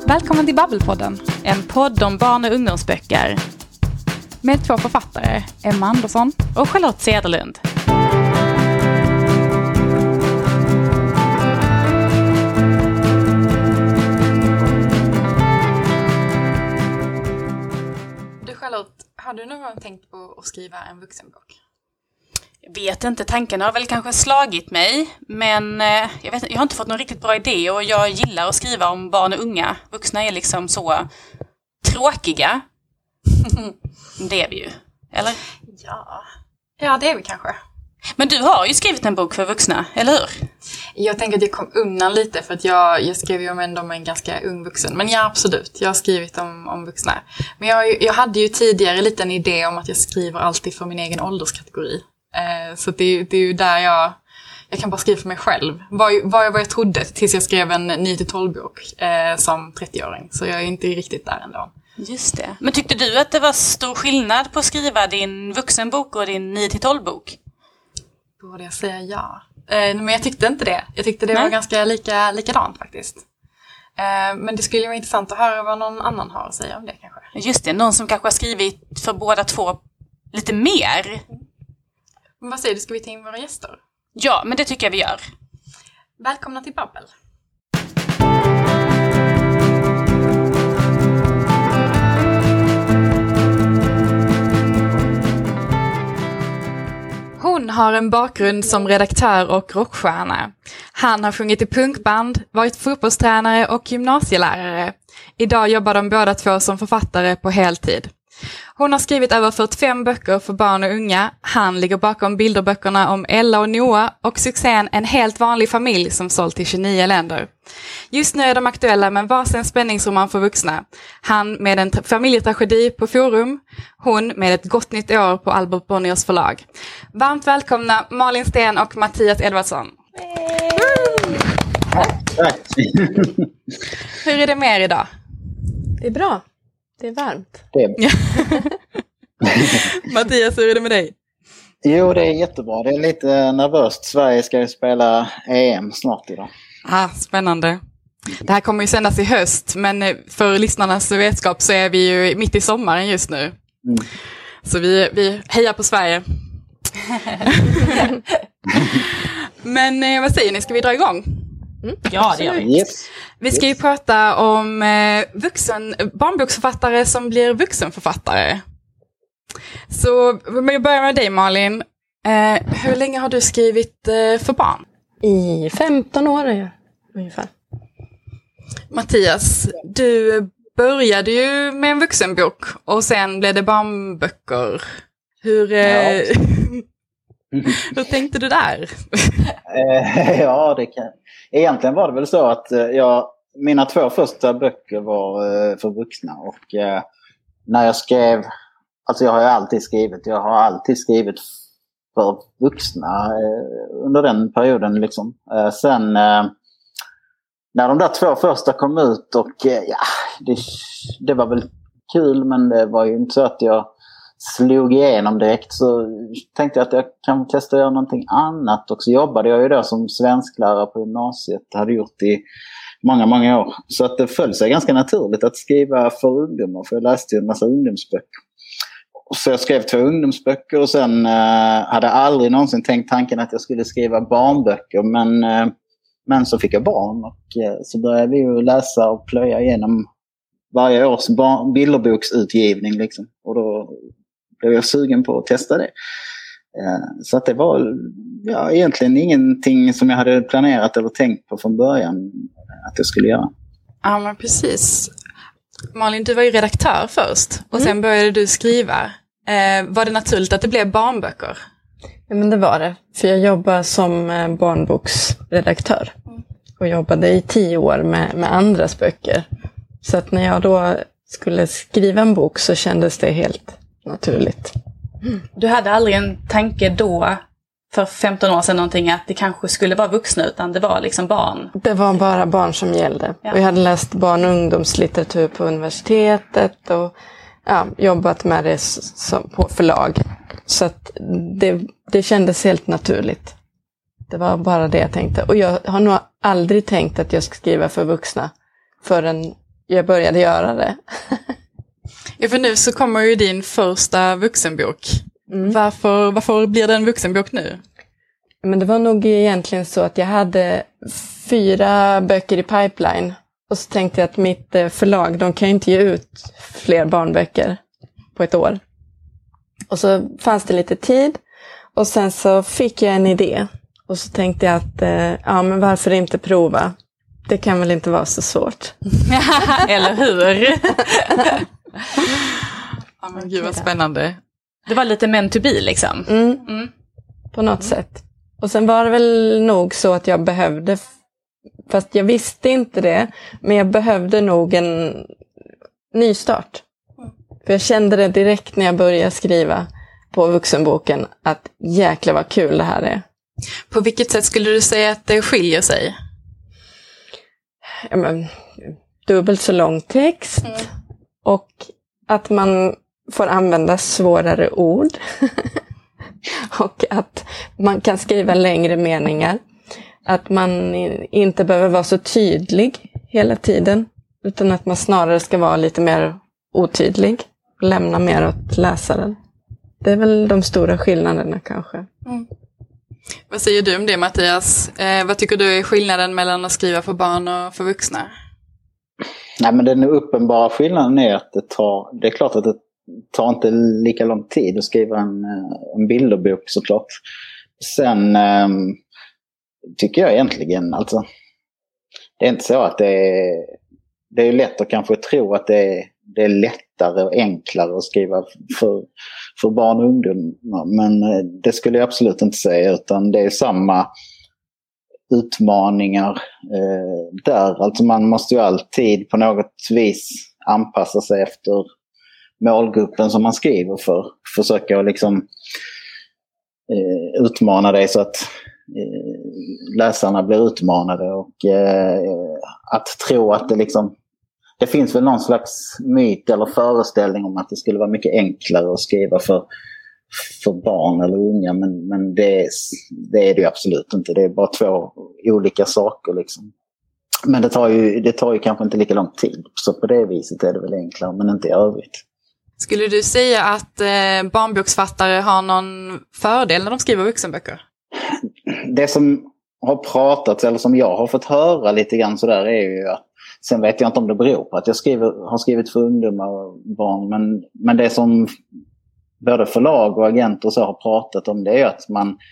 Välkommen till Babbelpodden, en podd om barn- och ungdomsböcker. Med två författare, Emma Andersson och Charlotte Cederlund. Du Charlotte, har du någon gång tänkt på att skriva en vuxenbok? Jag vet inte, tanken har väl kanske slagit mig, men jag har inte fått någon riktigt bra idé och jag gillar att skriva om barn och unga. Vuxna är liksom så tråkiga. Det är vi ju, eller? Ja, det är vi kanske. Men du har ju skrivit en bok för vuxna, eller hur? Jag tänker att jag kom undan lite för att jag skrev ju om en ganska ung vuxen. Men ja, absolut. Jag har skrivit om vuxna. Men jag hade ju tidigare lite en idé om att jag skriver alltid för min egen ålderskategori. Så det är ju där jag kan bara skriva för mig själv. Vad jag trodde tills jag skrev en 9-12-bok som 30-åring. Så jag är inte riktigt där ändå. Just det. Men tyckte du att det var stor skillnad på att skriva din vuxenbok och din 9-12-bok? Borde jag säga ja? Men jag tyckte inte det. Jag tyckte det var ganska likadant faktiskt. Men det skulle vara intressant att höra vad någon annan har att säga om det kanske. Just det, någon som kanske har skrivit för båda två lite mer. Men vad säger du, ska vi ta in våra gäster? Ja, men det tycker jag vi gör. Välkomna till Babbel. Hon har en bakgrund som redaktör och rockstjärna. Han har sjungit i punkband, varit fotbollstränare och gymnasielärare. Idag jobbar de båda två som författare på heltid. Hon har skrivit över 45 böcker för barn och unga. Han ligger bakom bilderböckerna om Ella och Noah och succén En helt vanlig familj som sålt i 29 länder. Just nu är de aktuella med varsin spänningsroman för vuxna. Han med en familjetragedi på Forum. Hon med ett gott nytt år på Albert Bonniers förlag. Varmt välkomna Malin Sten och Mattias Edvardsson. Tack. Hur är det med er idag? Det är bra. Det är varmt. Mattias, hur är det med dig? Jo, det är jättebra. Det är lite nervöst. Sverige ska ju spela EM snart idag. Spännande. Det här kommer ju sändas i höst, men för lyssnarnas vetskap så är vi ju mitt i sommaren just nu. Mm. Så vi hejar på Sverige. Men vad säger ni, ska vi dra igång? Mm. Ja, det gör vi. Yes. Vi ska ju prata om barnboksförfattare som blir vuxenförfattare. Så vi börjar med dig Malin. Hur länge har du skrivit för barn? I 15 år ungefär. Mattias, du började ju med en vuxenbok och sen blev det barnböcker. Hur tänkte du där? Ja, det kan. Egentligen var det väl så att mina 2 första böcker var för vuxna och när jag skrev, alltså jag har alltid skrivit för vuxna under den perioden liksom. Sen när de där 2 första kom ut och det var väl kul, men det var ju inte så att jag slog igenom direkt, så tänkte jag att jag kan testa att göra någonting annat. Och så jobbade jag ju då som svensklärare på gymnasiet, hade gjort i många år. Så att det föll sig ganska naturligt att skriva för ungdomar, för jag läste ju en massa ungdomsböcker. Så jag skrev 2 ungdomsböcker och sen hade aldrig någonsin tänkt tanken att jag skulle skriva barnböcker, men så fick jag barn och så började vi ju läsa och plöja igenom varje års bilderboksutgivning liksom. Och då blev jag sugen på att testa det. Så att det var egentligen ingenting som jag hade planerat eller tänkt på från början att jag skulle göra. Ja, men precis. Malin, du var ju redaktör först och sen började du skriva. Var det naturligt att det blev barnböcker? Ja, men det var det. För jag jobbade som barnboksredaktör. Och jobbade i 10 år med andras böcker. Så att när jag då skulle skriva en bok så kändes det helt naturligt. Du hade aldrig en tanke då, för 15 år sedan någonting, att det kanske skulle vara vuxna, utan det var liksom barn? Det var bara barn som gällde. Ja. Och jag hade läst barn- och ungdomslitteratur på universitetet och jobbat med det på förlag. Så att det kändes helt naturligt. Det var bara det jag tänkte. Och jag har nog aldrig tänkt att jag ska skriva för vuxna förrän jag började göra det. Ja, för nu så kommer ju din första vuxenbok. Varför blir det en vuxenbok nu? Men det var nog egentligen så att jag hade 4 böcker i pipeline. Och så tänkte jag att mitt förlag, de kan ju inte ge ut fler barnböcker på ett år. Och så fanns det lite tid. Och sen så fick jag en idé. Och så tänkte jag att, men varför inte prova? Det kan väl inte vara så svårt. Eller hur? Ja, men gud vad spännande. Det var lite meant to be liksom. På något sätt. Och sen var det väl nog så att jag behövde, fast jag visste inte det, men jag behövde nog en ny start. För jag kände det direkt när jag började skriva på vuxenboken att jäklar vad kul det här är. På vilket sätt skulle du säga att det skiljer sig? Ja, men, dubbelt så lång text och att man får använda svårare ord och att man kan skriva längre meningar. Att man inte behöver vara så tydlig hela tiden utan att man snarare ska vara lite mer otydlig och lämna mer åt läsaren. Det är väl de stora skillnaderna kanske. Vad säger du om det, Mattias? Vad tycker du är skillnaden mellan att skriva för barn och för vuxna? Nej, men den uppenbara skillnaden är att det är klart att det tar inte lika lång tid att skriva en bilderbok såklart. Sen tycker jag egentligen, alltså det är inte så att det är lätt att kanske tro att det är lättare och enklare att skriva för barn och ungdomar. Men det skulle jag absolut inte säga, utan det är samma utmaningar där. Alltså man måste ju alltid på något vis anpassa sig efter målgruppen som man skriver för. Försöka liksom utmana dig så att läsarna blir utmanade och att tro att det finns väl någon slags myt eller föreställning om att det skulle vara mycket enklare att skriva för barn eller unga, men det är det ju absolut inte. Det är bara 2 olika saker liksom. Men det tar ju kanske inte lika lång tid, så på det viset är det väl enklare, men inte i övrigt. Skulle du säga att barnboksfattare har någon fördel när de skriver vuxenböcker? Det som har pratats, eller som jag har fått höra lite grann sådär, är ju att, sen vet jag inte om det beror på att jag har skrivit för ungdomar och barn, men det som både förlag och agenter så har pratat om, det är att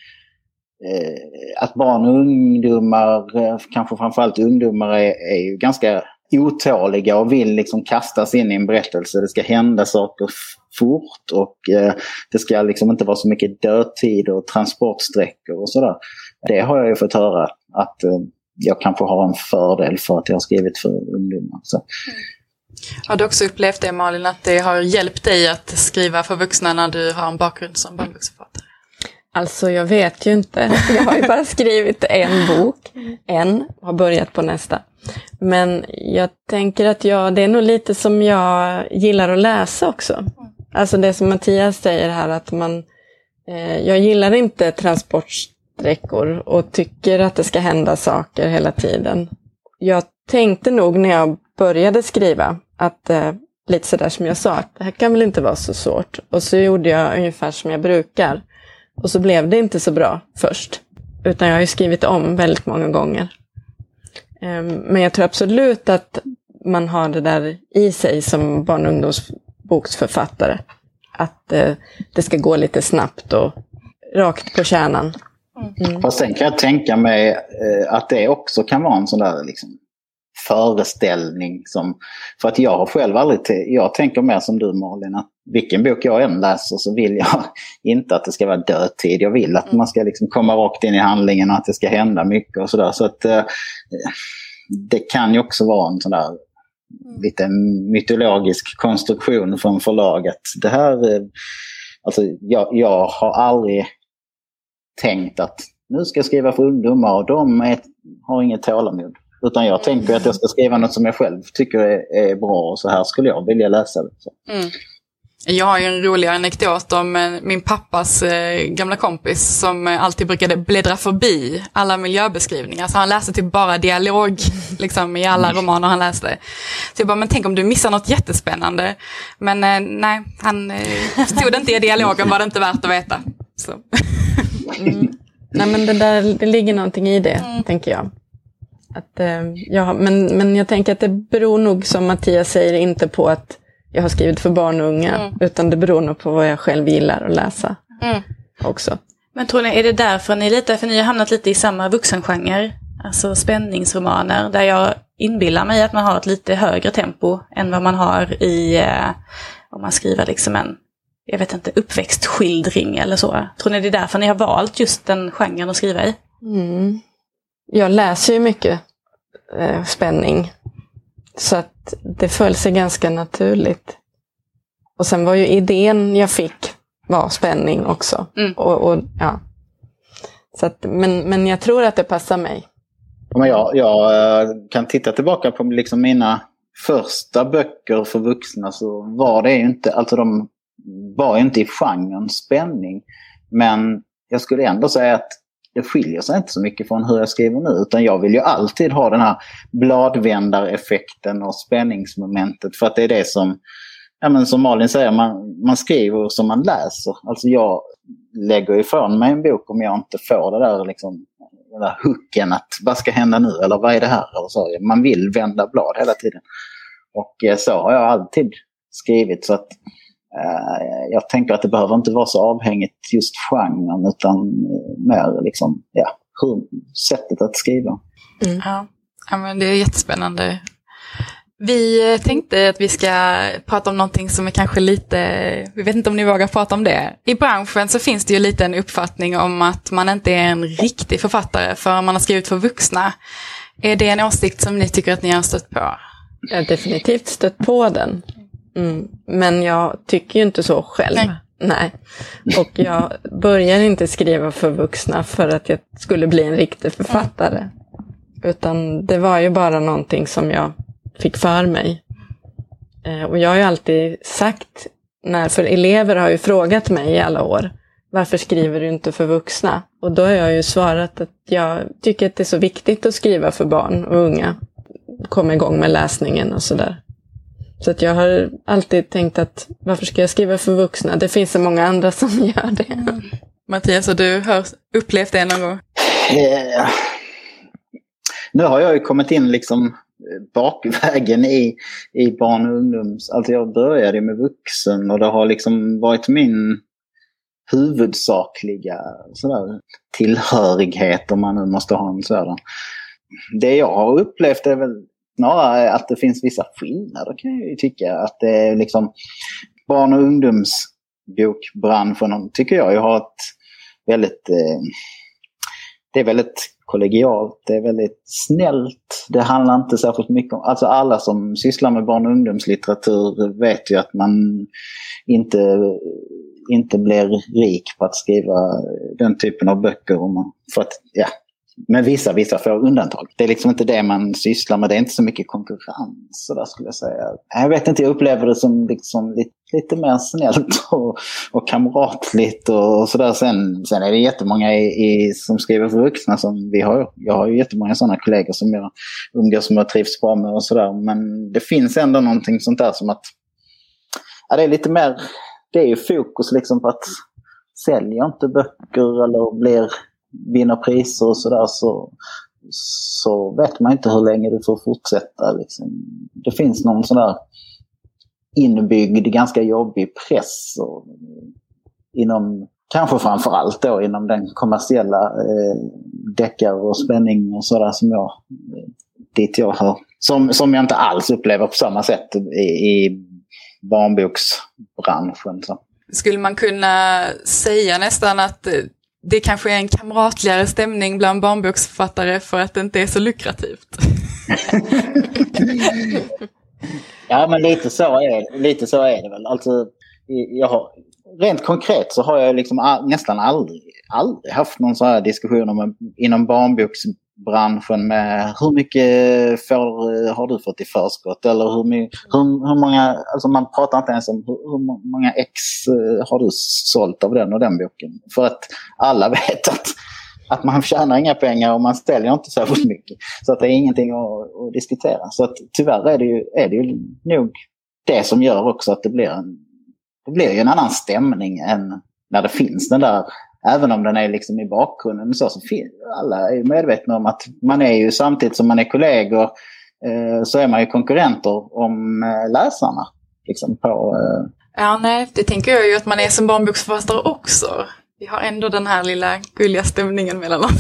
att barn och ungdomar, kanske framförallt ungdomar, är ju ganska otåliga och vill liksom kastas in i en berättelse. Det ska hända saker fort och det ska liksom inte vara så mycket dödtid och transportsträckor och sådär. Det har jag ju fått höra att jag kanske har en fördel för att jag har skrivit för ungdomar. Så. Har du också upplevt det, Malin, att det har hjälpt dig att skriva för vuxna när du har en bakgrund som barnboksförfattare? Alltså jag vet ju inte. Jag har ju bara skrivit en bok. Har börjat på nästa. Men jag tänker att det är nog lite som jag gillar att läsa också. Alltså det som Mattias säger här, att jag gillar inte transportsträckor och tycker att det ska hända saker hela tiden. Jag tänkte nog när jag började skriva att lite sådär som jag sa, att det här kan väl inte vara så svårt. Och så gjorde jag ungefär som jag brukar. Och så blev det inte så bra först. Utan jag har ju skrivit om väldigt många gånger. Men jag tror absolut att man har det där i sig som barn- och ungdomsboksförfattare. Att det ska gå lite snabbt och rakt på kärnan. Fast sen kan jag tänka mig att det också kan vara en sån där liksom föreställning för att jag har själv aldrig jag tänker mer som du, Malin, att vilken bok jag än läser så vill jag inte att det ska vara dödtid. Jag vill att man ska liksom komma rakt in i handlingen och att det ska hända mycket och sådär. Så att det kan ju också vara en sån där lite mytologisk konstruktion från förlaget. Det här, alltså jag har aldrig tänkt att nu ska jag skriva för ungdomar och de har inget tålamod. Utan jag tänker att jag ska skriva något som jag själv tycker är bra och så här skulle jag vilja läsa det. Jag har ju en rolig anekdot om min pappas gamla kompis som alltid brukade bläddra förbi alla miljöbeskrivningar. Så han läste typ bara dialog liksom, i alla romaner han läste. Så jag bara, men tänk om du missar något jättespännande. Men nej, han stod inte i dialogen, var det inte värt att veta. Så. Nej, men det ligger någonting i det, tänker jag. Att, men jag tänker att det beror nog, som Mattias säger, inte på att jag har skrivit för barn och unga, utan det beror nog på vad jag själv gillar att läsa också. Men tror ni, är det därför ni för ni har hamnat lite i samma vuxengenre, alltså spänningsromaner, där jag inbillar mig att man har ett lite högre tempo än vad man har i, om man skriver liksom en, jag vet inte, uppväxtskildring eller så. Tror ni det är därför ni har valt just den genren att skriva i? Jag läser ju mycket spänning. Så att det föll sig ganska naturligt. Och sen var ju idén jag fick var spänning också. Och ja. Så att, men jag tror att det passar mig. Men jag kan titta tillbaka på liksom mina första böcker för vuxna, så var det ju inte, alltså de var ju inte i genren spänning. Men jag skulle ändå säga att det skiljer sig inte så mycket från hur jag skriver nu, utan jag vill ju alltid ha den här bladvändareffekten och spänningsmomentet, för att det är det som, ja, men som Malin säger, man skriver som man läser. Alltså jag lägger ifrån mig en bok om jag inte får det där liksom, den där hooken att vad ska hända nu, eller vad är det här, eller så. Man vill vända blad hela tiden, och så har jag alltid skrivit. Så att jag tänker att det behöver inte vara så avhängigt just genren, utan mer liksom, sättet att skriva. Ja, men det är jättespännande. Vi tänkte att vi ska prata om någonting som är kanske lite, vi vet inte om ni vågar prata om det. I branschen så finns det ju lite en uppfattning om att man inte är en riktig författare för man har skrivit för vuxna. Är det en åsikt som ni tycker att ni har stött på? Jag har definitivt stött på den. Men jag tycker ju inte så själv. Nej. Och jag börjar inte skriva för vuxna för att jag skulle bli en riktig författare. Utan det var ju bara någonting som jag fick för mig. Och jag har ju alltid sagt, för elever har ju frågat mig i alla år, varför skriver du inte för vuxna? Och då har jag ju svarat att jag tycker att det är så viktigt att skriva för barn och unga. Komma igång med läsningen och sådär. Så att jag har alltid tänkt att varför ska jag skriva för vuxna? Det finns så många andra som gör det. Mattias, har du upplevt det någon gång? Nu har jag ju kommit in liksom bakvägen i barn- och ungdoms. Alltså jag började med vuxen, och det har liksom varit min huvudsakliga sådär tillhörighet, om man nu måste ha en sådan. Det jag har upplevt är väl snarare att det finns vissa skillnader, kan jag ju tycka. Att det är liksom barn- och ungdomsbokbranschen, tycker jag har ett väldigt det är väldigt kollegialt, det är väldigt snällt. Det handlar inte särskilt mycket om, alltså alla som sysslar med barn- och ungdomslitteratur vet ju att man inte blir rik på att skriva den typen av böcker, för att men vissa får undantag. Det är liksom inte det man sysslar med. Det är inte så mycket konkurrens, så där skulle jag säga. Jag vet inte, jag upplever det som liksom lite mer snällt och kamratligt och sådär. Sen är det jättemånga som skriver för vuxna som vi har. Jag har ju jättemånga sådana kollegor som jag umgås med och trivs bra med och sådär. Men det finns ändå någonting sånt där som att det är lite mer, det är ju fokus liksom på att sälja inte böcker eller vinner priser och sådär, så vet man inte hur länge du får fortsätta. Liksom. Det finns någon sån där inbyggd, ganska jobbig press kanske framförallt då inom den kommersiella deckare och spänning och sådär dit jag hör. Som jag inte alls upplever på samma sätt i barnboksbranschen. Så. Skulle man kunna säga nästan att det kanske är en kamratligare stämning bland barnboksförfattare för att det inte är så lukrativt? Ja, men lite så är det väl. Alltså, rent konkret så har jag liksom nästan aldrig haft någon sån här diskussion inom barnboksbranschen branschen med hur mycket har du fått i förskott, eller hur många, alltså man pratar inte ens om hur många ex har du sålt av den och den boken, för att alla vet att man tjänar inga pengar och man ställer inte så mycket, så att det är ingenting att diskutera. Så att tyvärr är det ju nog det som gör också att det blir ju en annan stämning än när det finns den där. Även om den är liksom i bakgrunden så alla är medvetna om att man är ju, samtidigt som man är kollegor så är man ju konkurrenter om läsarna. Liksom på, Ja, nej, det tänker jag ju att man är som barnboksförfattare också. Vi har ändå den här lilla gulliga stämningen mellan oss.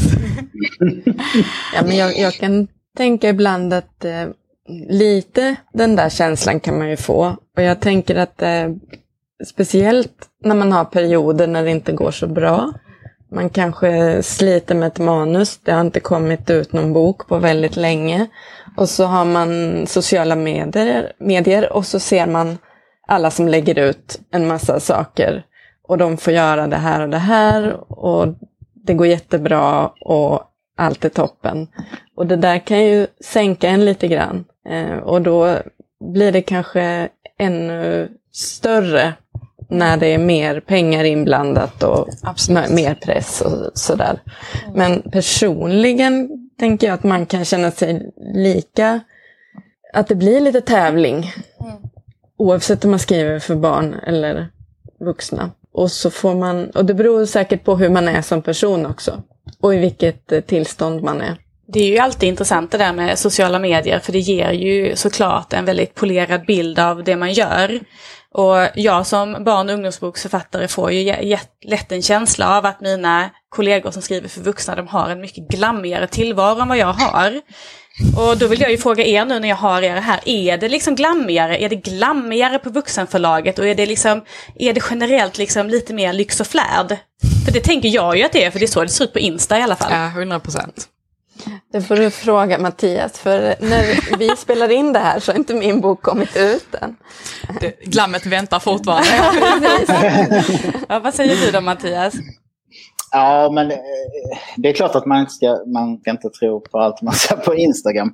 Ja, men jag kan tänka ibland att lite den där känslan kan man ju få. Och jag tänker att speciellt när man har perioder när det inte går så bra. Man kanske sliter med ett manus. Det har inte kommit ut någon bok på väldigt länge. Och så har man sociala medier och så ser man alla som lägger ut en massa saker. Och de får göra det här och det här. Och det går jättebra och allt är toppen. Och det där kan ju sänka en lite grann. Och då blir det kanske ännu större när det är mer pengar inblandat och mer press och sådär. Men personligen tänker jag att man kan känna sig att det blir lite tävling. Oavsett om man skriver för barn eller vuxna. Och så får man, och det beror säkert på hur man är som person också. Och i vilket tillstånd man är. Det är ju alltid intressant det där med sociala medier, för det ger ju såklart en väldigt polerad bild av det man gör. Och jag som barn- och ungdomsboksförfattare får ju lätt en känsla av att mina kollegor som skriver för vuxna, de har en mycket glammigare tillvaro än vad jag har. Och då vill jag ju fråga er nu när jag har er här, är det liksom glammigare? Är det glammigare på vuxenförlaget? Och är det generellt liksom lite mer lyx och flärd? För det tänker jag ju att det är, för det är så det ser ut på Insta i alla fall. Ja, 100%. Det får du fråga Mattias, för när vi spelar in det här så har inte min bok kommit ut än. Glammet väntar fortfarande. Ja, vad säger du då, Mattias? Ja, men det är klart att man ska inte tro på allt man ser på Instagram.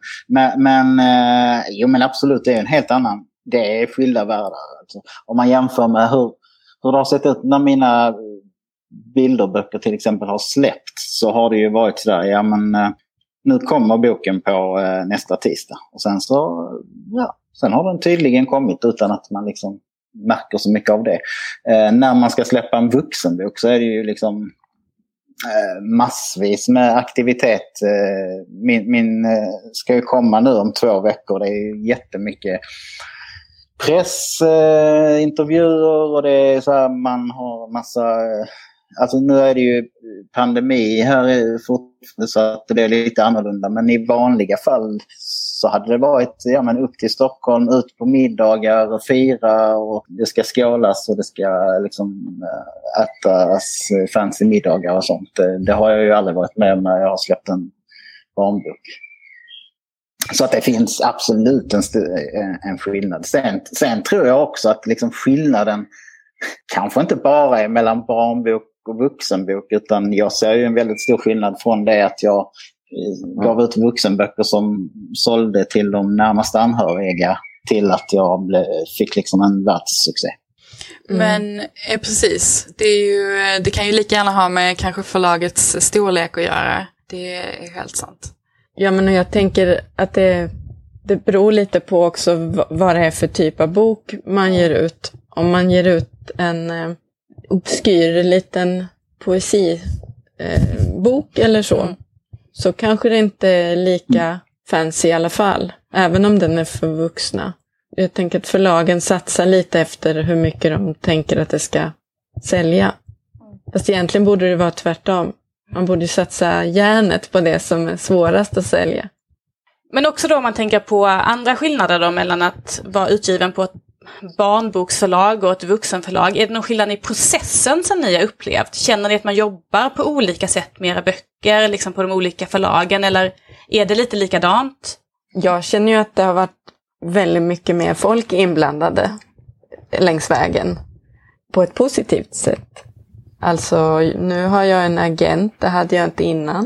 Men absolut, det är en helt annan. Det är skilda världar. Alltså, om man jämför med hur det har sett ut när mina bilderböcker till exempel har släppts, så har det ju varit sådär, ja men nu kommer boken på nästa tisdag. Och sen har den tydligen kommit utan att man liksom märker så mycket av det. När man ska släppa en vuxenbok så är det ju liksom massvis med aktivitet. Min ska ju komma nu om 2 veckor. Det är ju jättemycket pressintervjuer och det är så här, man har massa... Alltså nu är det ju pandemi här fortfarande så att det är lite annorlunda. Men i vanliga fall så hade det varit upp till Stockholm, ut på middagar och fira och det ska skålas och det ska liksom ätas fancy middagar och sånt. Det har jag ju aldrig varit med om när jag har släppt en barnbok. Så att det finns absolut en skillnad. Sen tror jag också att liksom skillnaden kanske inte bara är mellan barnbok och vuxenbok, utan jag ser ju en väldigt stor skillnad från det att jag gav ut vuxenböcker som sålde till de närmaste anhöriga till att jag fick liksom en världssuccé. Men precis, det kan ju lika gärna ha med kanske förlagets storlek att göra. Det är helt sant. Ja, men jag tänker att det beror lite på också vad det är för typ av bok man ger ut. Om man ger ut en obskyr liten poesibok eller så kanske det inte är lika fancy i alla fall, även om den är för vuxna. Jag tänker att förlagen satsar lite efter hur mycket de tänker att det ska sälja. Fast egentligen borde det vara tvärtom. Man borde satsa järnet på det som är svårast att sälja. Men också då om man tänker på andra skillnader då mellan att vara utgiven på ett barnboksförlag och ett vuxenförlag. Är det någon skillnad i processen som ni har upplevt? Känner ni att man jobbar på olika sätt med era böcker liksom på de olika förlagen, eller är det lite likadant? Jag känner ju att det har varit väldigt mycket mer folk inblandade längs vägen på ett positivt sätt. Alltså nu har jag en agent, det hade jag inte innan.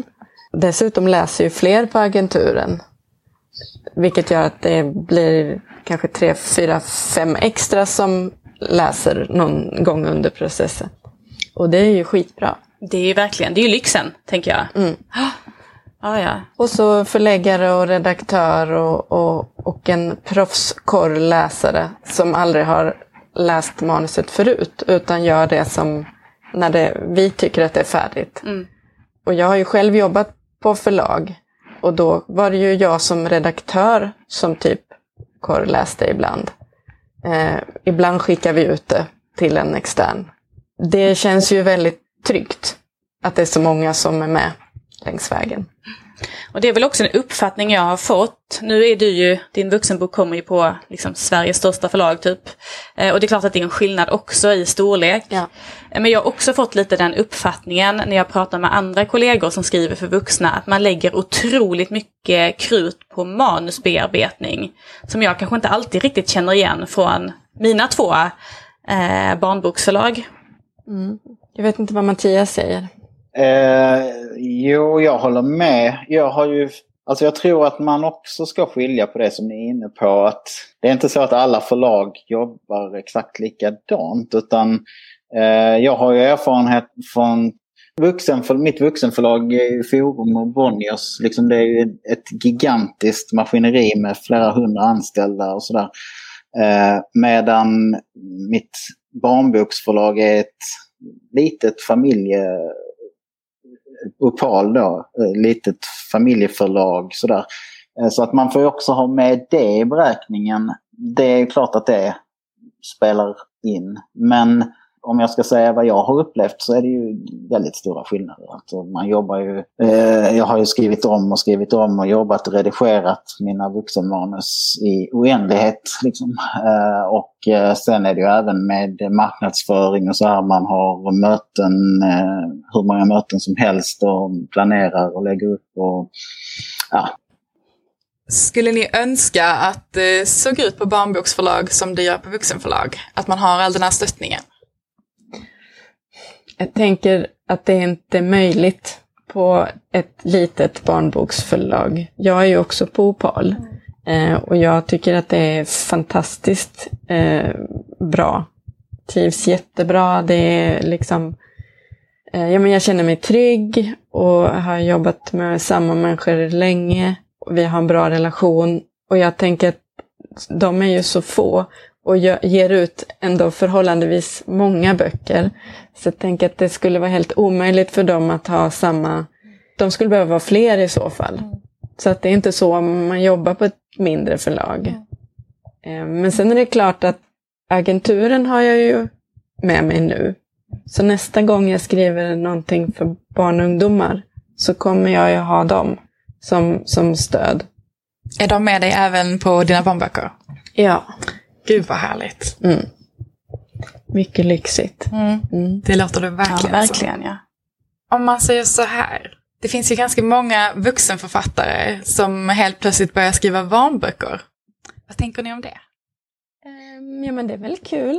Dessutom läser ju fler på agenturen. Vilket gör att det blir kanske 3, 4, 5 extra som läser någon gång under processen. Och det är ju skitbra. Det är ju verkligen, det är ju lyxen, tänker jag. Ja. Och så förläggare och redaktör och en proffskorrläsare som aldrig har läst manuset förut, utan gör det som när vi tycker att det är färdigt. Och jag har ju själv jobbat på förlag, och då var det ju jag som redaktör som typ korrläste ibland. Ibland skickar vi ut det till en extern. Det känns ju väldigt tryggt att det är så många som är med längs vägen. Och det är väl också en uppfattning jag har fått. Nu är du ju, din vuxenbok kommer ju på liksom Sveriges största förlag typ. Och det är klart att det är en skillnad också i storlek. Ja. Men jag har också fått lite den uppfattningen när jag pratar med andra kollegor som skriver för vuxna, att man lägger otroligt mycket krut på manusbearbetning. Som jag kanske inte alltid riktigt känner igen från mina 2 barnboksförlag. Jag vet inte vad Mattias säger. Jo, jag håller med. Jag tror att man också ska skilja på det som ni är inne på. Att det är inte så att alla förlag jobbar exakt likadant. Utan jag har ju erfarenhet från mitt vuxenförlag Forum och Bonniers. Liksom det är ju ett gigantiskt maskineri med flera 100 anställda och sådär. Medan mitt barnboksförlag är ett litet Opal då, litet familjeförlag sådär. Så att man får ju också ha med det i beräkningen. Det är ju klart att det spelar in. Men om jag ska säga vad jag har upplevt så är det ju väldigt stora skillnader. Alltså man jobbar ju, jag har ju skrivit om och jobbat och redigerat mina vuxenmanus i oändlighet. Liksom. Och sen är det ju även med marknadsföring och så här, man har möten, hur många möten som helst och planerar och lägger upp och ja. Skulle ni önska att det såg ut på barnboksförlag som det gör på vuxenförlag? Att man har all den här stöttningen? Jag tänker att det inte är möjligt på ett litet barnboksförlag. Jag är ju också på Opal. Och jag tycker att det är fantastiskt bra. Trivs jättebra. Det är liksom... men jag känner mig trygg och har jobbat med samma människor länge. Vi har en bra relation. Och jag tänker att de är ju så få och ger ut ändå förhållandevis många böcker. Så jag tänker att det skulle vara helt omöjligt för dem att ha samma... De skulle behöva vara fler i så fall. Så att det är inte så om man jobbar på ett mindre förlag. Men sen är det klart att agenturen har jag ju med mig nu. Så nästa gång jag skriver någonting för barn och ungdomar så kommer jag ju ha dem som stöd. Är de med dig även på dina barnböcker? Ja. Gud vad härligt. Mycket lyxigt. Det låter det verkligen. Ja, verkligen, ja. Om man säger så här. Det finns ju ganska många vuxenförfattare som helt plötsligt börjar skriva barnböcker. Vad tänker ni om det? Ja, men det är väl kul.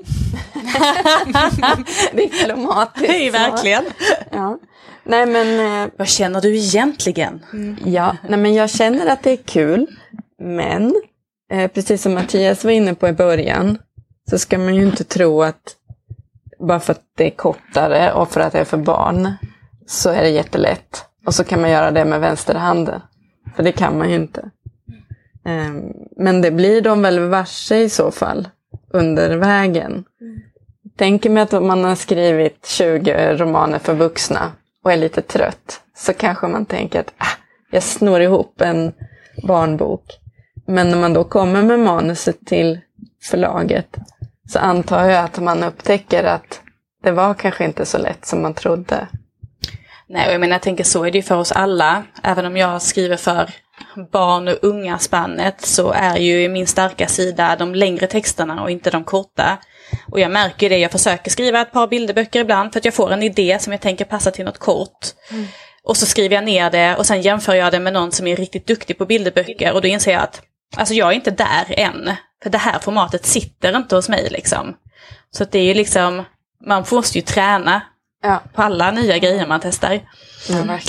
Det är diplomatiskt. Det är verkligen. Ja. Nej, men... Vad känner du egentligen? Ja, nej, men jag känner att det är kul. Men, precis som Mattias var inne på i början, så ska man ju inte tro att bara för att det är kortare och för att det är för barn så är det jättelätt. Och så kan man göra det med vänsterhanden. För det kan man ju inte. Men det blir de väl varse i så fall under vägen. Tänker mig att om man har skrivit 20 romaner för vuxna och är lite trött, så kanske man tänker att jag snor ihop en barnbok. Men när man då kommer med manuset till förlaget så antar jag att man upptäcker att det var kanske inte så lätt som man trodde. Nej, jag menar, jag tänker så är det ju för oss alla. Även om jag skriver för barn och unga spannet så är ju min starka sida de längre texterna och inte de korta. Och jag märker det, jag försöker skriva ett par bilderböcker ibland för att jag får en idé som jag tänker passa till något kort. Och så skriver jag ner det och sen jämför jag det med någon som är riktigt duktig på bilderböcker och då inser jag att alltså jag är inte där än. För det här formatet sitter inte hos mig liksom. Så att det är ju liksom, man måste ju träna på alla nya grejer man testar. Ja, verkligen.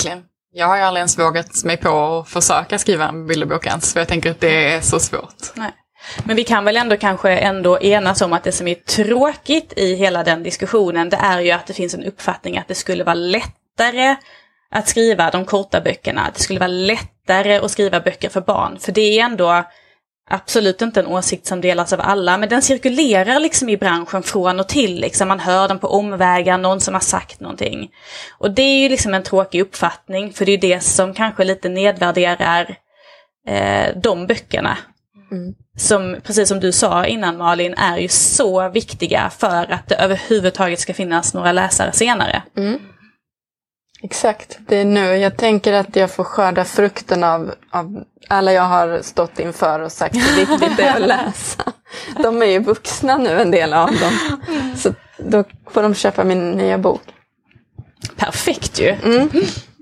Jag har ju aldrig ens vågat mig på att försöka skriva en bilderbok ens, för jag tänker att det är så svårt. Nej. Men vi kan väl ändå kanske enas om att det som är tråkigt i hela den diskussionen, det är ju att det finns en uppfattning att det skulle vara lättare att skriva de korta böckerna. Att det skulle vara lättare att skriva böcker för barn. För det är ändå absolut inte en åsikt som delas av alla, men den cirkulerar liksom i branschen från och till. Liksom. Man hör den på omvägar, någon som har sagt någonting. Och det är ju liksom en tråkig uppfattning, för det är det som kanske lite nedvärderar de böckerna. Mm. Som, precis som du sa innan Malin, är ju så viktiga för att det överhuvudtaget ska finnas några läsare senare. Mm. Exakt, det är nu jag tänker att jag får skörda frukten av alla jag har stått inför och sagt hur viktigt det är att läsa. De är ju vuxna nu, en del av dem. Så då får de köpa min nya bok. Perfekt ju. Mm.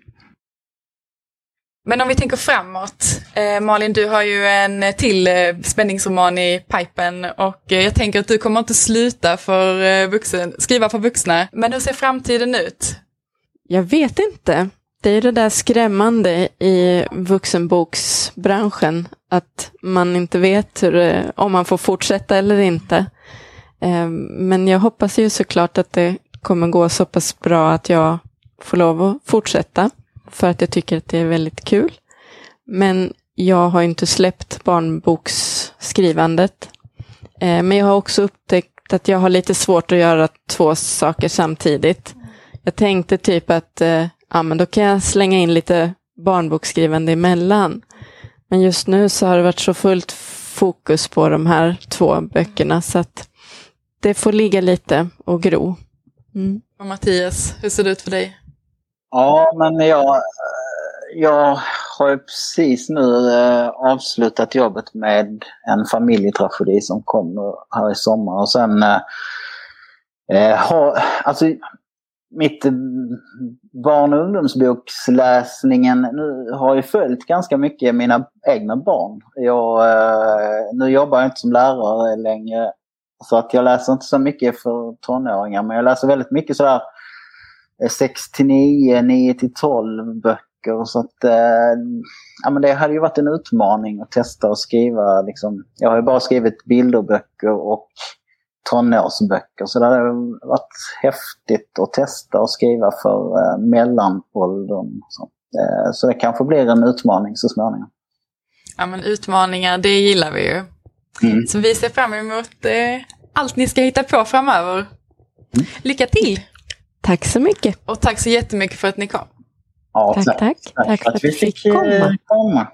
Men om vi tänker framåt, Malin, du har ju en till spänningsroman i pipen, och jag tänker att du kommer inte sluta skriva för vuxna. Men hur ser framtiden ut? Jag vet inte. Det är det där skrämmande i vuxenboksbranschen, att man inte vet om man får fortsätta eller inte. Men jag hoppas ju såklart att det kommer gå så pass bra att jag får lov att fortsätta, för att jag tycker att det är väldigt kul. Men jag har inte släppt barnboksskrivandet. Men jag har också upptäckt att jag har lite svårt att göra 2 saker samtidigt. Jag tänkte typ att men då kan jag slänga in lite barnboksskrivande emellan. Men just nu så har det varit så fullt fokus på de här 2 böckerna, så att det får ligga lite och gro. Mm. Och Mattias, hur ser det ut för dig? Ja, men jag har ju precis nu avslutat jobbet med en familjetragedi som kommer här i sommar. Och sen mitt barn- och ungdomsboksläsningen nu har ju följt ganska mycket mina egna barn. Nu jobbar jag inte som lärare längre, så att jag läser inte så mycket för tonåringar, men jag läser väldigt mycket sådär 6-9, 9-12 böcker. Så att men det hade ju varit en utmaning att testa att skriva. Liksom. Jag har ju bara skrivit bilderböcker och tonårsböcker, så det har varit häftigt att testa att skriva för mellanåldern. Så det kanske blir en utmaning så småningom. Ja, men utmaningar, det gillar vi ju. Mm. Så vi ser fram emot allt ni ska hitta på framöver. Mm. Lycka till! Tack så mycket. Och tack så jättemycket för att ni kom. Ja, tack för att vi fick komma.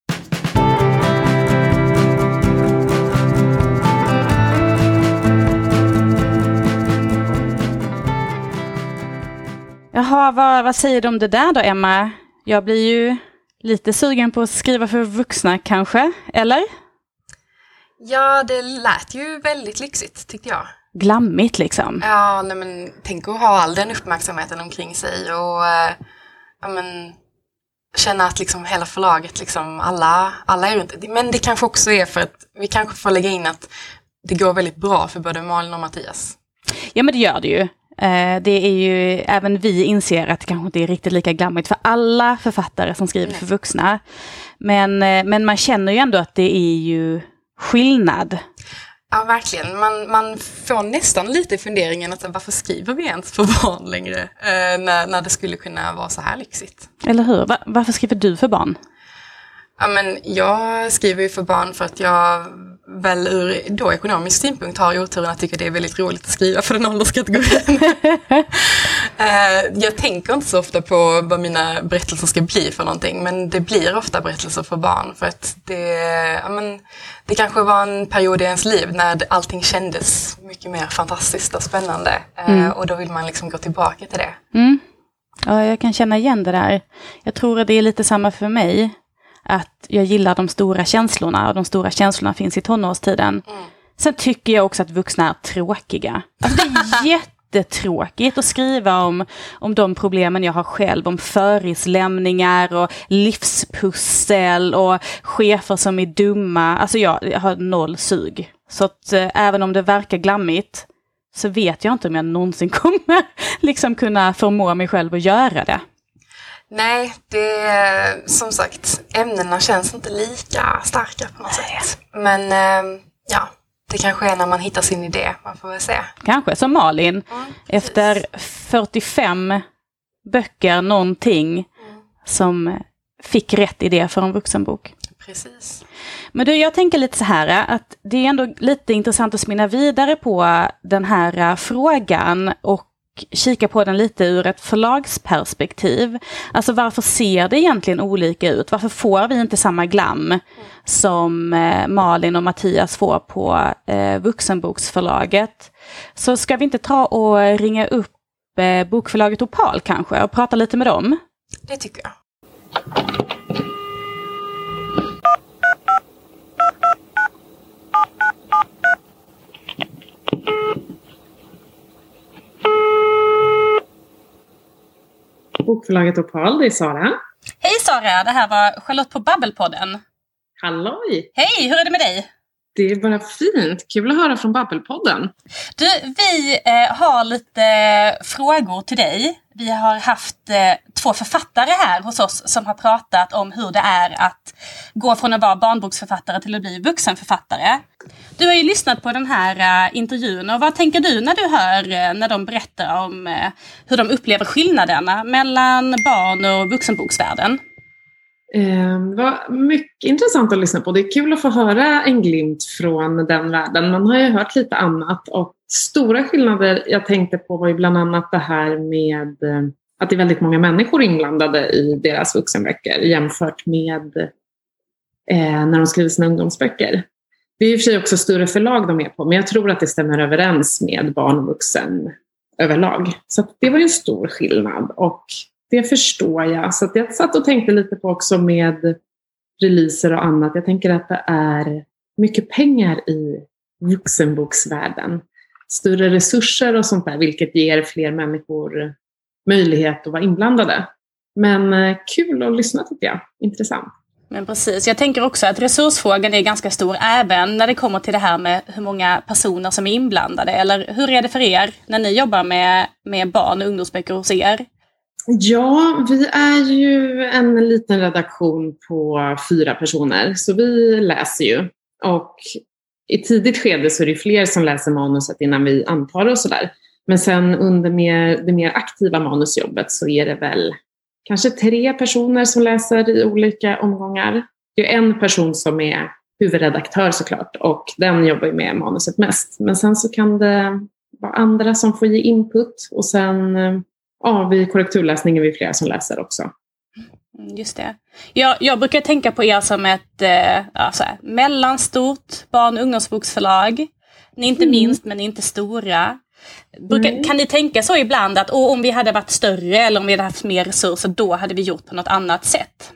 Jaha, vad säger du om det där då, Emma? Jag blir ju lite sugen på att skriva för vuxna kanske, eller? Ja, det lät ju väldigt lyxigt tyckte jag. Glammigt liksom. Ja, nej, men tänk att ha all den uppmärksamheten omkring sig och känna att liksom hela förlaget, liksom alla är runt. Men det kanske också är för att vi kanske får lägga in att det går väldigt bra för både Malin och Mattias. Ja, men det gör det ju. Det är ju, även vi inser att det kanske inte är riktigt lika glammigt för alla författare som skriver för vuxna. Men man känner ju ändå att det är ju skillnad. Ja, verkligen. Man får nästan lite funderingen att varför skriver vi ens för barn längre när det skulle kunna vara så här lyxigt. Eller hur? Varför skriver du för barn? Ja, men jag skriver ju för barn för att jag väl ur då ekonomisk synpunkt har oturen att tycka det är väldigt roligt att skriva för den ålderskategorin. Jag tänker inte så ofta på vad mina berättelser ska bli för någonting, men det blir ofta berättelser för barn för att det kanske var en period i ens liv när allting kändes mycket mer fantastiskt och spännande och då vill man liksom gå tillbaka till det. Mm. Ja, jag kan känna igen det där. Jag tror att det är lite samma för mig. Att jag gillar de stora känslorna och de stora känslorna finns i tonårstiden. Sen tycker jag också att vuxna är tråkiga. Alltså det är jättetråkigt att skriva om de problemen jag har själv. Om förislämningar och livspussel och chefer som är dumma. Alltså jag har noll sug. Så att även om det verkar glammigt så vet jag inte om jag någonsin kommer liksom kunna förmå mig själv att göra det. Nej, som sagt, ämnena känns inte lika starka på något sätt. Men ja, det kanske är när man hittar sin idé, man får väl se. Kanske, som Malin, efter 45 böcker, någonting som fick rätt idé för en vuxenbok. Precis. Men du, jag tänker lite så här att det är ändå lite intressant att spinna vidare på den här frågan och kika på den lite ur ett förlagsperspektiv. Alltså varför ser det egentligen olika ut? Varför får vi inte samma glam som Malin och Mattias får på vuxenboksförlaget? Så ska vi inte ta och ringa upp bokförlaget Opal kanske och prata lite med dem? Det tycker jag. Bokförlaget Opal, det är Sara. Hej Sara, det här var Charlotte på Babbelpodden. Halloj! Hej, hur är det med dig? Det är bara fint. Kul att höra från Babbelpodden. Du, vi har lite frågor till dig. Vi har haft 2 författare här hos oss som har pratat om hur det är att gå från att vara barnboksförfattare till att bli vuxenförfattare. Du har ju lyssnat på den här intervjun och vad tänker du när du hör när de berättar om hur de upplever skillnaderna mellan barn- och vuxenboksvärlden? Det var mycket intressant att lyssna på. Det är kul att få höra en glimt från den världen. Man har ju hört lite annat och stora skillnader jag tänkte på var ju bland annat det här med att det är väldigt många människor inblandade i deras vuxenböcker jämfört med när de skriver sina ungdomsböcker. Det är i och för sig också större förlag de är på, men jag tror att det stämmer överens med barn och vuxen överlag. Så att det var ju en stor skillnad och det förstår jag. Så att jag satt och tänkte lite på också med releaser och annat. Jag tänker att det är mycket pengar i vuxenboksvärlden. Större resurser och sånt där, vilket ger fler människor möjlighet att vara inblandade. Men kul att lyssna tycker jag. Intressant. Men precis, jag tänker också att resursfrågan är ganska stor även när det kommer till det här med hur många personer som är inblandade. Eller hur är det för er när ni jobbar med barn- och ungdomsböcker hos er? Ja, vi är ju en liten redaktion på 4 personer, så vi läser ju. Och i tidigt skede så är det fler som läser manuset innan vi antar och sådär. Men sen under det mer aktiva manusjobbet så är det väl kanske 3 personer som läser i olika omgångar. Det är en person som är huvudredaktör såklart och den jobbar ju med manuset mest. Men sen så kan det vara andra som får ge input och sen vid korrekturläsningen är vi flera som läser också. Just det. Jag brukar tänka på er som ett mellanstort barn- och ungdomsboksförlag. Ni är inte minst men inte stora. Kan ni tänka så ibland att om vi hade varit större eller om vi hade haft mer resurser då hade vi gjort på något annat sätt?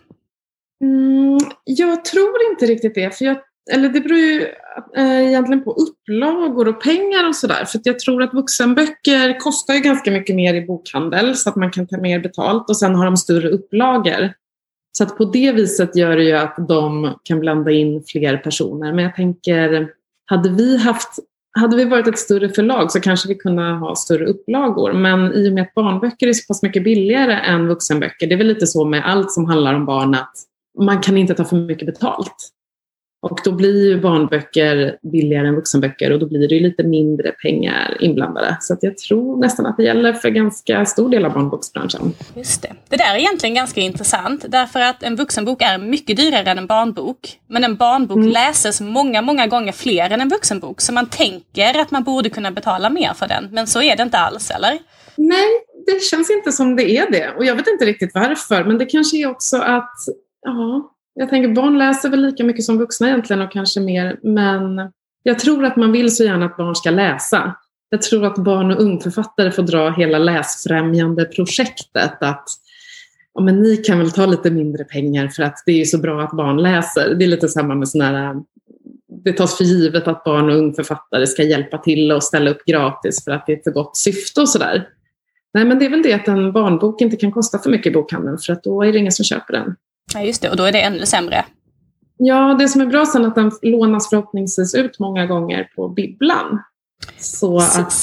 Jag tror inte riktigt det. Det beror ju egentligen på upplagor och pengar och sådär. För att jag tror att vuxenböcker kostar ju ganska mycket mer i bokhandel så att man kan ta mer betalt och sen har de större upplagor. Så att på det viset gör det ju att de kan blanda in fler personer. Men jag tänker, hade vi varit ett större förlag så kanske vi kunde ha större upplagor. Men i och med att barnböcker är så pass mycket billigare än vuxenböcker. Det är väl lite så med allt som handlar om barn att man kan inte ta för mycket betalt. Och då blir ju barnböcker billigare än vuxenböcker och då blir det ju lite mindre pengar inblandade. Så att jag tror nästan att det gäller för ganska stor del av barnboksbranschen. Just det. Det där är egentligen ganska intressant därför att en vuxenbok är mycket dyrare än en barnbok. Men en barnbok läses många, många gånger fler än en vuxenbok. Så man tänker att man borde kunna betala mer för den. Men så är det inte alls, eller? Nej, det känns inte som det är det. Och jag vet inte riktigt varför. Men det kanske är också att... Jag tänker barn läser väl lika mycket som vuxna egentligen och kanske mer. Men jag tror att man vill så gärna att barn ska läsa. Jag tror att barn- och ungförfattare får dra hela läsfrämjande projektet. Att men ni kan väl ta lite mindre pengar för att det är så bra att barn läser. Det är lite samma med sådana här... Det tas för givet att barn- och ungförfattare ska hjälpa till och ställa upp gratis för att det är ett så gott syfte och sådär. Nej, men det är väl det att en barnbok inte kan kosta för mycket i bokhandeln för att då är det ingen som köper den. Ja, just det. Och då är det ännu sämre. Ja, det som är bra sen att den lånas förhoppningsvis ut många gånger på bibblan. Så att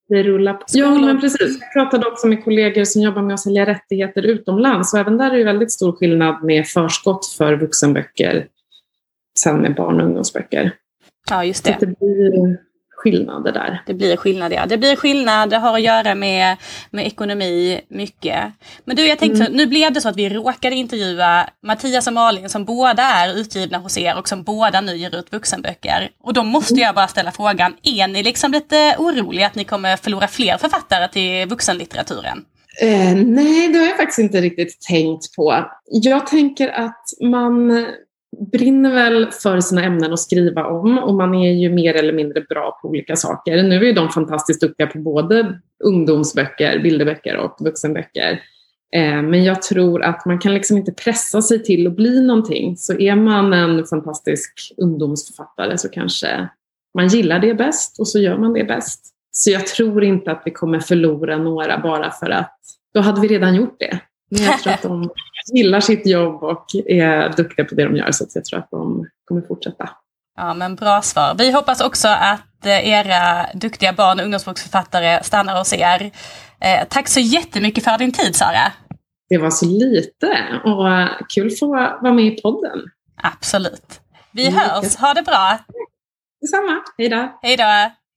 det rullar på. Ja, men precis. Jag pratade också med kollegor som jobbar med att sälja rättigheter utomlands. Och även där är det väldigt stor skillnad med förskott för vuxenböcker sen med barn- och ungdomsböcker. Ja, just det. Så det blir skillnader där. Det blir skillnad, ja. Det blir skillnad, det har att göra med ekonomi mycket. Men du, jag tänkte så, nu blev det så att vi råkade intervjua Mattias och Malin som båda är utgivna hos er och som båda nu ger ut vuxenböcker. Och då måste jag bara ställa frågan, är ni liksom lite oroliga att ni kommer förlora fler författare till vuxenlitteraturen? Nej, det har jag faktiskt inte riktigt tänkt på. Jag tänker att man brinner väl för sina ämnen att skriva om och man är ju mer eller mindre bra på olika saker. Nu är ju de fantastiskt duktiga på både ungdomsböcker, bilderböcker och vuxenböcker. Men jag tror att man kan liksom inte pressa sig till att bli någonting. Så är man en fantastisk ungdomsförfattare så kanske man gillar det bäst och så gör man det bäst. Så jag tror inte att vi kommer förlora några bara för att då hade vi redan gjort det. Men jag tror att de gillar sitt jobb och är duktiga på det de gör, så att jag tror att de kommer fortsätta. Ja, men bra svar. Vi hoppas också att era duktiga barn- och ungdomsboksförfattare stannar hos er. Tack så jättemycket för din tid, Sara. Det var så lite och kul att få vara med i podden. Absolut. Vi hörs. Ha det bra. Detsamma. Hej då. Hej då.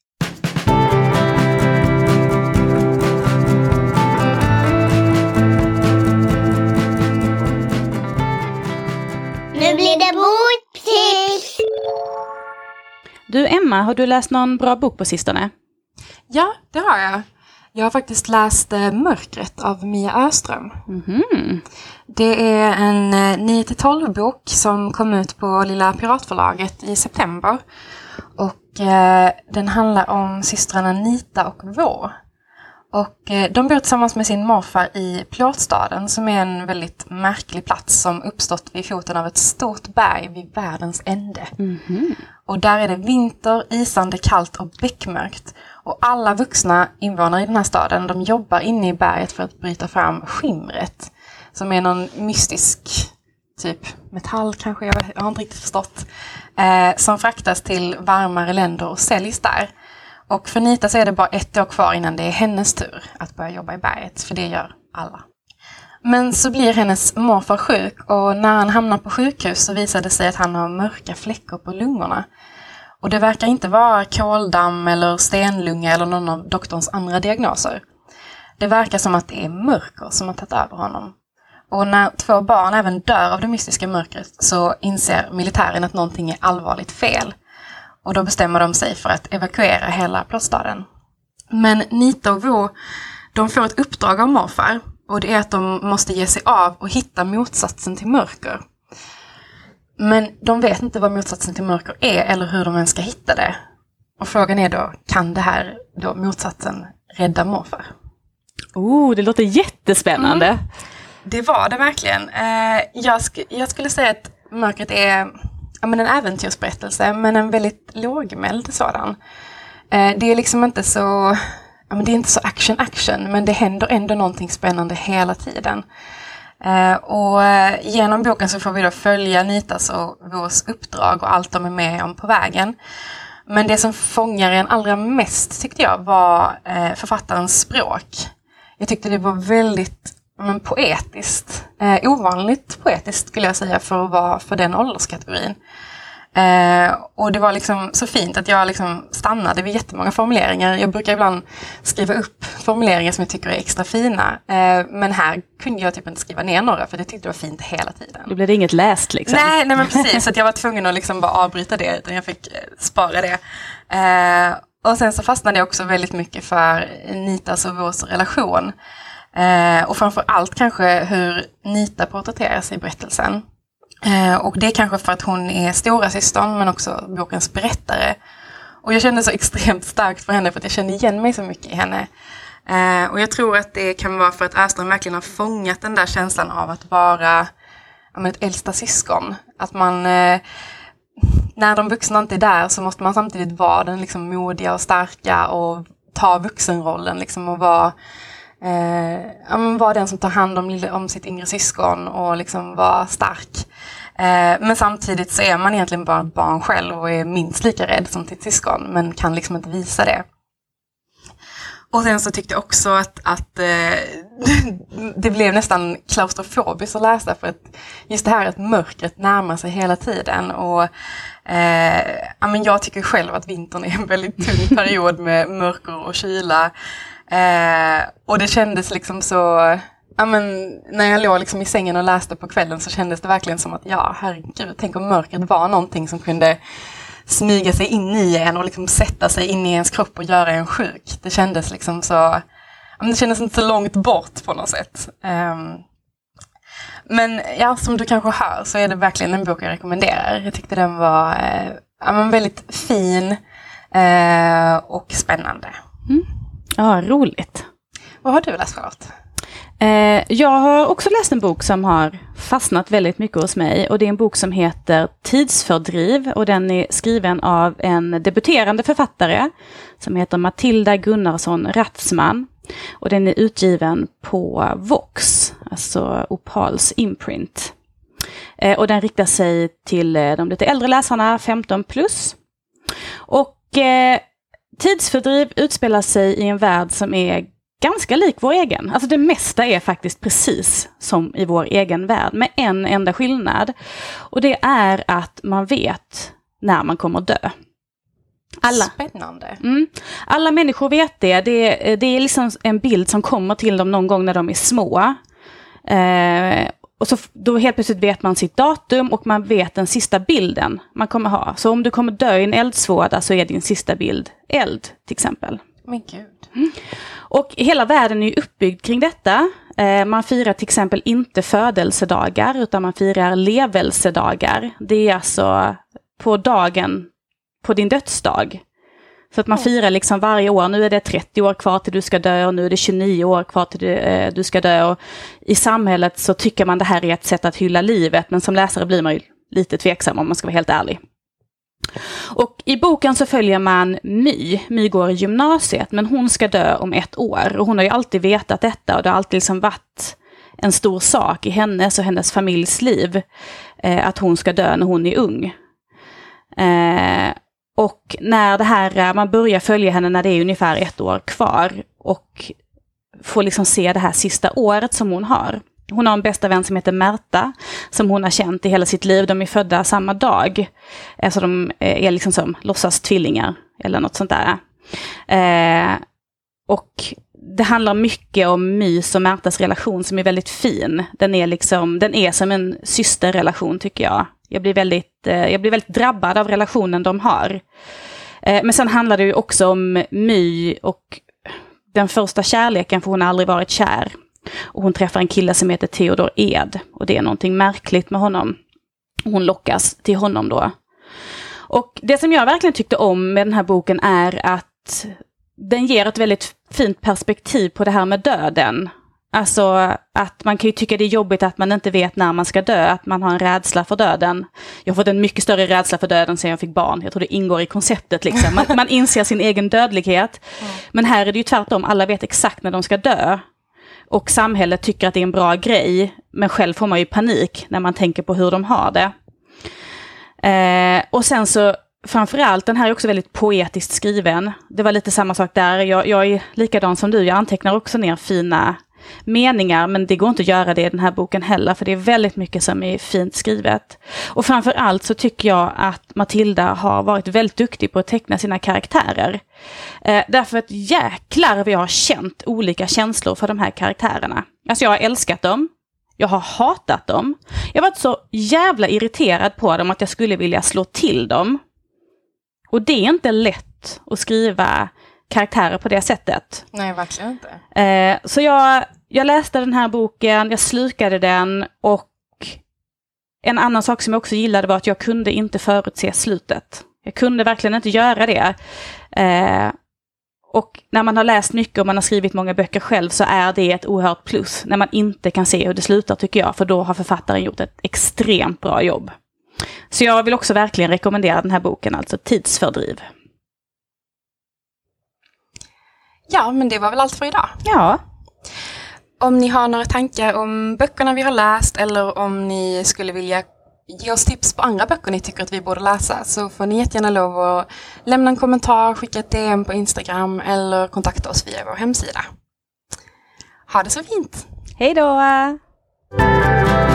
Nu blir det boktips! Du Emma, har du läst någon bra bok på sistone? Ja, det har jag. Jag har faktiskt läst Mörkret av Mia Öström. Mm-hmm. Det är en 9-12-bok som kom ut på Lilla Piratförlaget i september. Och den handlar om systrarna Nita och Vå. Och de bor tillsammans med sin morfar i Plåtstaden som är en väldigt märklig plats som uppstått vid foten av ett stort berg vid världens ände. Mm-hmm. Och där är det vinter, isande, kallt och bäckmörkt. Och alla vuxna invånare i den här staden, de jobbar inne i berget för att bryta fram skimret. Som är någon mystisk typ metall kanske, jag har inte riktigt förstått. Som fraktas till varmare länder och säljs där. Och för Nita så är det bara 1 år kvar innan det är hennes tur att börja jobba i berget. För det gör alla. Men så blir hennes morfar sjuk och när han hamnar på sjukhus så visar det sig att han har mörka fläckar på lungorna. Och det verkar inte vara koldamm eller stenlunga eller någon av doktorns andra diagnoser. Det verkar som att det är mörker som har tagit över honom. Och när 2 barn även dör av det mystiska mörkret så inser militären att någonting är allvarligt fel. Och då bestämmer de sig för att evakuera hela Plåtstaden. Men Nita och Vå, de får ett uppdrag av morfar. Och det är att de måste ge sig av och hitta motsatsen till mörker. Men de vet inte vad motsatsen till mörker är eller hur de ens ska hitta det. Och frågan är då, kan det här då motsatsen rädda morfar? Det låter jättespännande. Det var det verkligen. Jag skulle säga att mörkret är en äventyrsberättelse, men en väldigt lågmäld sådan. Det är liksom inte så, det är inte så action, men det händer ändå någonting spännande hela tiden. Och genom boken så får vi då följa Nitas och Vås uppdrag och allt de är med om på vägen. Men det som fångar en allra mest tyckte jag var författarens språk. Jag tyckte det var väldigt poetiskt. Ovanligt poetiskt skulle jag säga för att vara för den ålderskategorin. Och det var liksom så fint att jag liksom stannade vid jättemånga formuleringar. Jag brukar ibland skriva upp formuleringar som jag tycker är extra fina. Men här kunde jag typ inte skriva ner några för det tyckte jag var fint hela tiden. Då blev det inget läst liksom. Nej men precis. Så att jag var tvungen att liksom bara avbryta det utan jag fick spara det. Och sen så fastnade jag också väldigt mycket för Nitas och Vås relation. Och framför allt kanske hur Nita porträtteras i berättelsen. Och det är kanske för att hon är stora systern men också bokens berättare. Och jag kände så extremt starkt för henne för att jag kände igen mig så mycket i henne. Och jag tror att det kan vara för att Öström verkligen har fångat den där känslan av att vara ett äldsta syskon. Att man, när de vuxna inte är där så måste man samtidigt vara den liksom modiga och starka och ta vuxenrollen liksom och vara den som tar hand om sitt yngre syskon och liksom vara stark. Men samtidigt så är man egentligen bara ett barn själv och är minst lika rädd som sitt syskon men kan liksom inte visa det. Och sen så tyckte jag också att det blev nästan klaustrofobiskt att läsa, för att just det här att mörkret närmar sig hela tiden. Och men jag tycker själv att vintern är en väldigt tung period med mörker och kyla. Och det kändes liksom så... när jag låg liksom i sängen och läste på kvällen så kändes det verkligen som att herregud, tänk om mörkret var någonting som kunde smyga sig in i en och liksom sätta sig in i ens kropp och göra en sjuk. Det kändes liksom så... det kändes inte så långt bort på något sätt. Men som du kanske hör så är det verkligen en bok jag rekommenderar. Jag tyckte den var väldigt fin och spännande. Ja, roligt. Vad har du läst, Charlotte? Jag har också läst en bok som har fastnat väldigt mycket hos mig, och det är en bok som heter Tidsfördriv, och den är skriven av en debuterande författare som heter Matilda Gunnarsson Ratzman, och den är utgiven på Vox, alltså Opals imprint. Och den riktar sig till de lite äldre läsarna, 15+. Och Tidsfördriv utspelar sig i en värld som är ganska lik vår egen. Alltså det mesta är faktiskt precis som i vår egen värld, med en enda skillnad. Och det är att man vet när man kommer dö. Spännande. Alla människor vet det. Det är liksom en bild som kommer till dem någon gång när de är små. Och så då helt plötsligt vet man sitt datum och man vet den sista bilden man kommer ha. Så om du kommer dö i en eldsvåda så är din sista bild eld, till exempel. Men gud. Och hela världen är ju uppbyggd kring detta. Man firar till exempel inte födelsedagar, utan man firar levelsedagar. Det är alltså på dagen, på din dödsdag. Så att man firar liksom varje år. Nu är det 30 år kvar till du ska dö, och nu är det 29 år kvar till du ska dö. Och i samhället så tycker man det här är ett sätt att hylla livet, men som läsare blir man ju lite tveksam om man ska vara helt ärlig. Och i boken så följer man My går i gymnasiet, men hon ska dö om 1 år. Och hon har ju alltid vetat detta, och det har alltid liksom varit en stor sak i hennes och hennes familjs liv att hon ska dö när hon är ung. Och när det här, man börjar följa henne när det är ungefär 1 år kvar och får liksom se det här sista året som hon har. Hon har en bästa vän som heter Märta, som hon har känt i hela sitt liv. De är födda samma dag. Så de är liksom som låtsas tvillingar eller något sånt där. Och det handlar mycket om Mys och Märtas relation som är väldigt fin. Den är som en systerrelation, tycker jag. Jag blir väldigt drabbad av relationen de har. Men sen handlar det ju också om My och den första kärleken, för hon har aldrig varit kär. Och hon träffar en kille som heter Theodor Ed. Och det är någonting märkligt med honom. Hon lockas till honom då. Och det som jag verkligen tyckte om med den här boken är att den ger ett väldigt fint perspektiv på det här med döden. Alltså att man kan ju tycka det är jobbigt att man inte vet när man ska dö, att man har en rädsla för döden. Jag har fått en mycket större rädsla för döden sedan jag fick barn. Jag tror det ingår i konceptet liksom. Man inser sin egen dödlighet. Men här är det ju tvärtom, alla vet exakt när de ska dö. Och samhället tycker att det är en bra grej, men själv får man ju panik när man tänker på hur de har det. Och sen så framförallt, den här är också väldigt poetiskt skriven. Det var lite samma sak där. Jag är likadan som du, jag antecknar också ner fina meningar, men det går inte att göra det i den här boken heller, för det är väldigt mycket som är fint skrivet. Och framförallt så tycker jag att Matilda har varit väldigt duktig på att teckna sina karaktärer. Därför att jäklar vad jag har känt olika känslor för de här karaktärerna. Alltså jag har älskat dem, jag har hatat dem, jag har varit så jävla irriterad på dem att jag skulle vilja slå till dem. Och det är inte lätt att skriva karaktärer på det sättet. Nej, verkligen inte. Så jag läste den här boken, jag slukade den, och en annan sak som jag också gillade var att jag kunde inte förutse slutet. Jag kunde verkligen inte göra det. Och när man har läst mycket och man har skrivit många böcker själv så är det ett oerhört plus när man inte kan se hur det slutar, tycker jag, för då har författaren gjort ett extremt bra jobb. Så jag vill också verkligen rekommendera den här boken, alltså Tidsfördriv. Ja, men det var väl allt för idag. Ja. Om ni har några tankar om böckerna vi har läst, eller om ni skulle vilja ge oss tips på andra böcker ni tycker att vi borde läsa, så får ni jättegärna lov att lämna en kommentar, skicka ett DM på Instagram eller kontakta oss via vår hemsida. Ha det så fint! Hej då!